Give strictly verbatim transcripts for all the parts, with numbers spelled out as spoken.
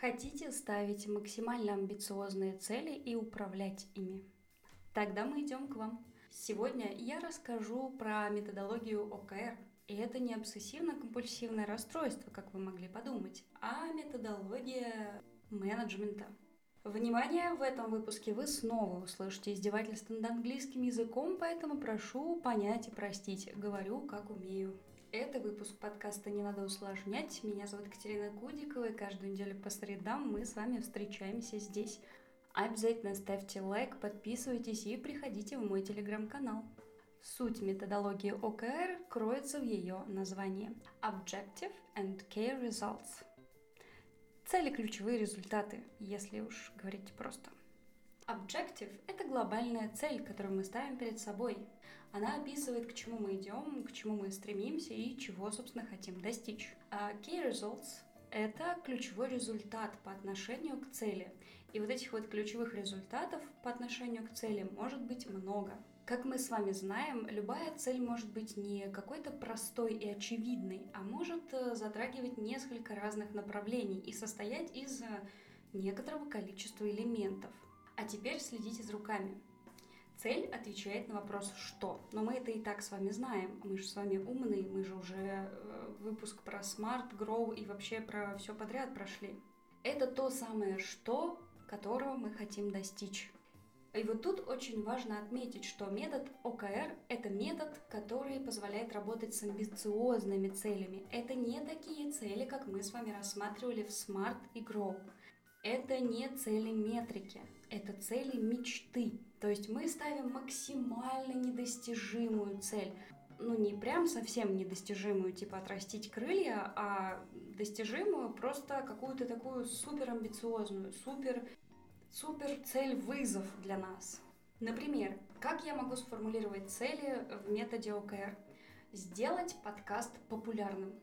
Хотите ставить максимально амбициозные цели и управлять ими? Тогда мы идем к вам. Сегодня я расскажу про методологию о ка эр. И это не обсессивно-компульсивное расстройство, как вы могли подумать, а методология менеджмента. Внимание! В этом выпуске вы снова услышите издевательство над английским языком, поэтому прошу понять и простить. Говорю, как умею. Это выпуск подкаста «Не надо усложнять». Меня зовут Катерина Кудикова, и каждую неделю по средам мы с вами встречаемся здесь. Обязательно ставьте лайк, подписывайтесь и приходите в мой телеграм-канал. Суть методологии о ка эр кроется в ее названии Objective and Key Results. Цели, ключевые результаты, если уж говорить просто. Objective – это глобальная цель, которую мы ставим перед собой. Она описывает, к чему мы идем, к чему мы стремимся и чего, собственно, хотим достичь. А Key Results – это ключевой результат по отношению к цели. И вот этих вот ключевых результатов по отношению к цели может быть много. Как мы с вами знаем, любая цель может быть не какой-то простой и очевидной, а может затрагивать несколько разных направлений и состоять из некоторого количества элементов. А теперь следите за руками. Цель отвечает на вопрос «что?». Но мы это и так с вами знаем. Мы же с вами умные, мы же уже выпуск про Smart, Grow и вообще про все подряд прошли. Это то самое «что», которого мы хотим достичь. И вот тут очень важно отметить, что метод о ка эр – это метод, который позволяет работать с амбициозными целями. Это не такие цели, как мы с вами рассматривали в Smart и Grow. Это не цели метрики, это цели мечты. То есть мы ставим максимально недостижимую цель. Ну, не прям совсем недостижимую, типа отрастить крылья, а достижимую просто какую-то такую суперамбициозную, супер, супер цель-вызов для нас. Например, как я могу сформулировать цели в методе о ка эр? Сделать подкаст популярным.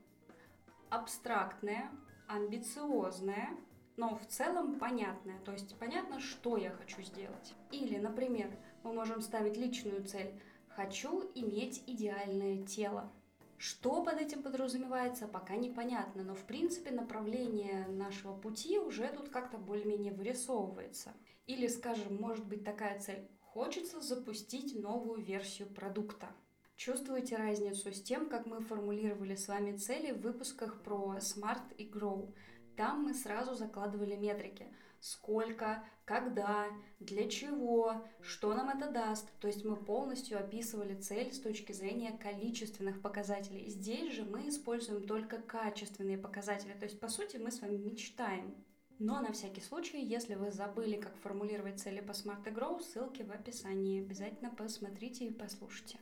Абстрактное, амбициозное, но в целом понятное, то есть понятно, что я хочу сделать. Или, например, мы можем ставить личную цель «хочу иметь идеальное тело». Что под этим подразумевается, пока непонятно, но в принципе направление нашего пути уже тут как-то более-менее вырисовывается. Или, скажем, может быть такая цель «хочется запустить новую версию продукта». Чувствуете разницу с тем, как мы формулировали с вами цели в выпусках про Smart и Grow? Там мы сразу закладывали метрики. Сколько, когда, для чего, что нам это даст. То есть мы полностью описывали цель с точки зрения количественных показателей. Здесь же мы используем только качественные показатели. То есть, по сути, мы с вами мечтаем. Но на всякий случай, если вы забыли, как формулировать цели по Smart и Grow, ссылки в описании. Обязательно посмотрите и послушайте.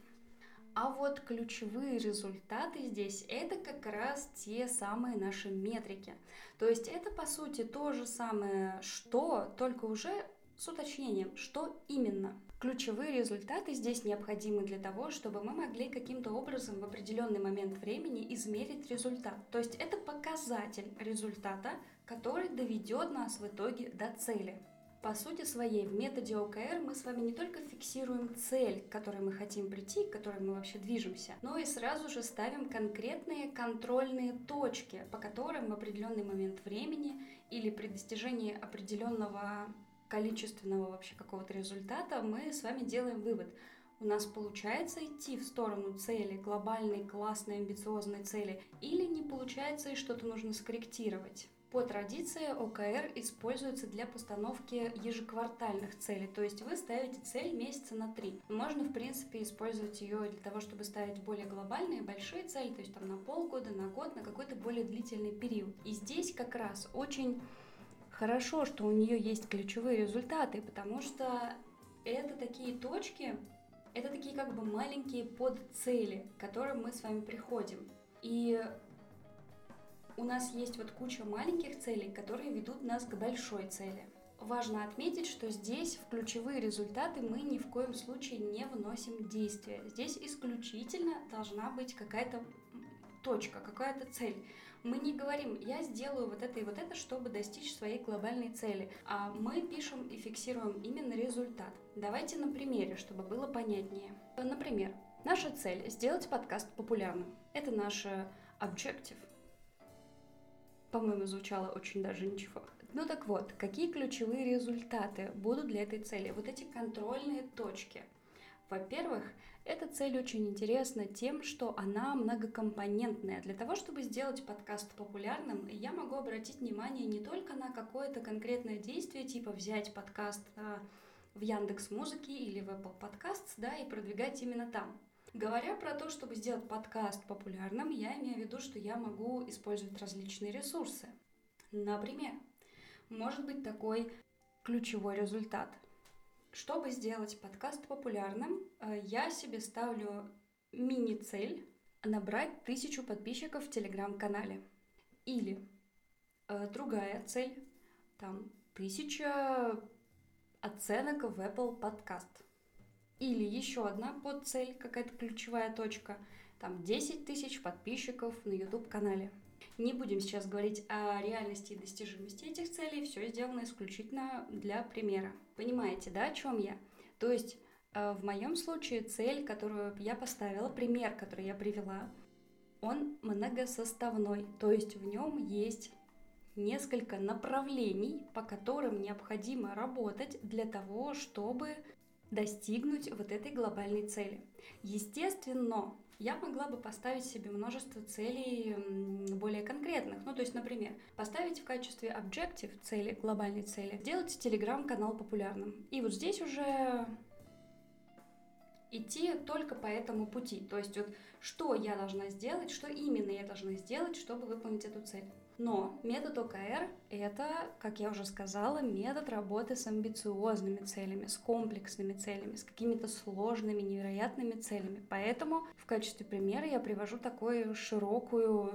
А вот ключевые результаты здесь – это как раз те самые наши метрики. То есть это, по сути, то же самое «что», только уже с уточнением, что именно. Ключевые результаты здесь необходимы для того, чтобы мы могли каким-то образом в определенный момент времени измерить результат. То есть это показатель результата, который доведет нас в итоге до цели. По сути своей, в методе о ка эр мы с вами не только фиксируем цель, к которой мы хотим прийти, к которой мы вообще движемся, но и сразу же ставим конкретные контрольные точки, по которым в определенный момент времени или при достижении определенного количественного вообще какого-то результата мы с вами делаем вывод. У нас получается идти в сторону цели, глобальной, классной, амбициозной цели, или не получается и что-то нужно скорректировать. По традиции о ка эр используется для постановки ежеквартальных целей, то есть вы ставите цель месяца на три. Можно, в принципе, использовать ее для того, чтобы ставить более глобальные, большие цели, то есть там на полгода, на год, на какой-то более длительный период. И здесь как раз очень хорошо, что у нее есть ключевые результаты, потому что это такие точки, это такие как бы маленькие подцели, к которым мы с вами приходим. И у нас есть вот куча маленьких целей, которые ведут нас к большой цели. Важно отметить, что здесь в ключевые результаты мы ни в коем случае не вносим действия. Здесь исключительно должна быть какая-то точка, какая-то цель. Мы не говорим «я сделаю вот это и вот это, чтобы достичь своей глобальной цели», а мы пишем и фиксируем именно результат. Давайте на примере, чтобы было понятнее. Например, наша цель – сделать подкаст популярным. Это наш objective. По-моему, звучало очень даже ничего. Ну так вот, какие ключевые результаты будут для этой цели? Вот эти контрольные точки. Во-первых, эта цель очень интересна тем, что она многокомпонентная. Для того, чтобы сделать подкаст популярным, я могу обратить внимание не только на какое-то конкретное действие, типа взять подкаст в Яндекс.Музыке или в Apple Podcasts, да, и продвигать именно там. Говоря про то, чтобы сделать подкаст популярным, я имею в виду, что я могу использовать различные ресурсы. Например, может быть такой ключевой результат. Чтобы сделать подкаст популярным, я себе ставлю мини-цель набрать тысячу подписчиков в Телеграм-канале. Или э, другая цель, там, тысяча оценок в Apple Podcast. Или еще одна подцель, какая-то ключевая точка, там десять тысяч подписчиков на YouTube-канале. Не будем сейчас говорить о реальности и достижимости этих целей, все сделано исключительно для примера. Понимаете, да, о чем я? То есть э, в моем случае цель, которую я поставила, пример, который я привела, он многосоставной, то есть в нем есть несколько направлений, по которым необходимо работать для того, чтобы достигнуть вот этой глобальной цели. Естественно, я могла бы поставить себе множество целей более конкретных. Ну, то есть, например, поставить в качестве объектив цели, глобальной цели, сделать телеграм-канал популярным. И вот здесь уже идти только по этому пути. То есть, вот что я должна сделать, что именно я должна сделать, чтобы выполнить эту цель. Но метод о ка эр – это, как я уже сказала, метод работы с амбициозными целями, с комплексными целями, с какими-то сложными, невероятными целями. Поэтому в качестве примера я привожу такую широкую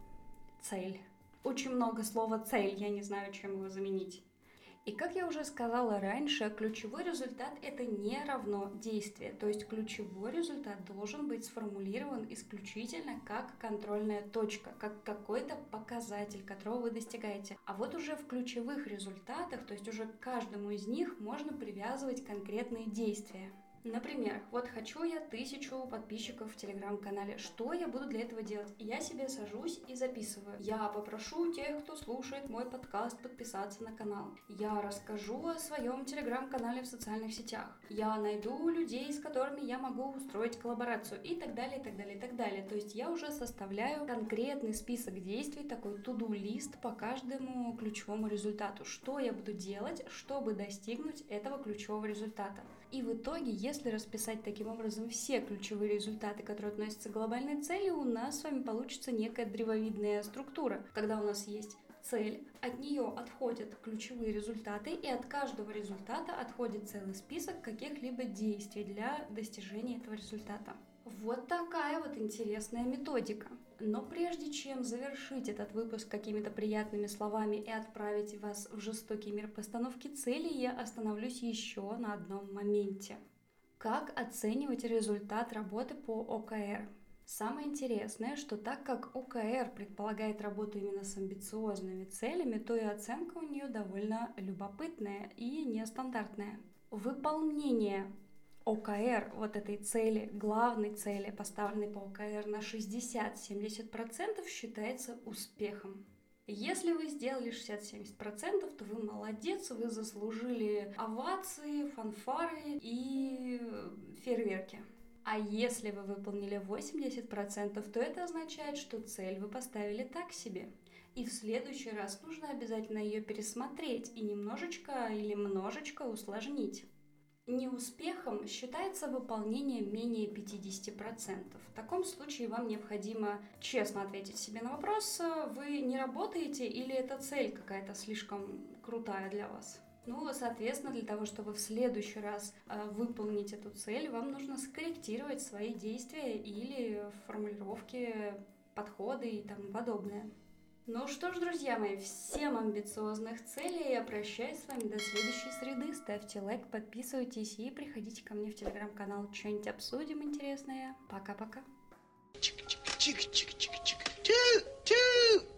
цель. Очень много слова «цель», я не знаю, чем его заменить. И как я уже сказала раньше, ключевой результат – это не равно действие. То есть ключевой результат должен быть сформулирован исключительно как контрольная точка, как какой-то показатель, которого вы достигаете. А вот уже в ключевых результатах, то есть уже к каждому из них можно привязывать конкретные действия. Например, вот хочу я тысячу подписчиков в Телеграм-канале. Что я буду для этого делать? Я себе сажусь и записываю. Я попрошу тех, кто слушает мой подкаст, подписаться на канал. Я расскажу о своем Телеграм-канале в социальных сетях. Я найду людей, с которыми я могу устроить коллаборацию и так далее, и так далее, и так далее. То есть я уже составляю конкретный список действий, такой to-do-лист по каждому ключевому результату. Что я буду делать, чтобы достигнуть этого ключевого результата. И в итоге, если расписать таким образом все ключевые результаты, которые относятся к глобальной цели, у нас с вами получится некая древовидная структура. Когда у нас есть цель, от нее отходят ключевые результаты, и от каждого результата отходит целый список каких-либо действий для достижения этого результата. Вот такая вот интересная методика. Но прежде чем завершить этот выпуск какими-то приятными словами и отправить вас в жестокий мир постановки целей, я остановлюсь еще на одном моменте. Как оценивать результат работы по о ка эр? Самое интересное, что так как о ка эр предполагает работу именно с амбициозными целями, то и оценка у нее довольно любопытная и нестандартная. Выполнение о ка эр, вот этой цели, главной цели, поставленной по о ка эр на шестьдесят-семьдесят процентов, считается успехом. Если вы сделали шестьдесят-семьдесят процентов, то вы молодец, вы заслужили овации, фанфары и фейерверки. А если вы выполнили восемьдесят процентов, то это означает, что цель вы поставили так себе. И в следующий раз нужно обязательно ее пересмотреть и немножечко или множечко усложнить. Неуспехом считается выполнение менее пятьдесят процентов. В таком случае вам необходимо честно ответить себе на вопрос, вы не работаете или эта цель какая-то слишком крутая для вас. Ну, соответственно, для того, чтобы в следующий раз э, выполнить эту цель, вам нужно скорректировать свои действия или формулировки, подходы и тому подобное. Ну что ж, друзья мои, всем амбициозных целей. Я прощаюсь с вами до следующей среды. Ставьте лайк, подписывайтесь и приходите ко мне в телеграм-канал. Что-нибудь обсудим интересное. Пока-пока. Чик-чик-чик-чик-чик-чик.